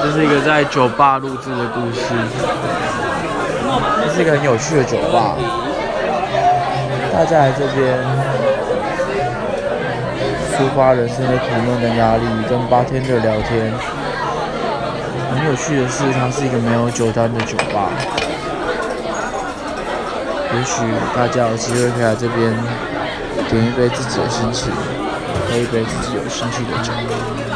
这是一个在酒吧录制的故事。 这是一个很有趣的酒吧，大家来这边抒发人生的苦闷跟压力，跟bartender聊天。很有趣的是，它是一个没有酒单的酒吧。也许大家有机会可以来这边点一杯自己的心情，喝一杯自己有兴趣的酒。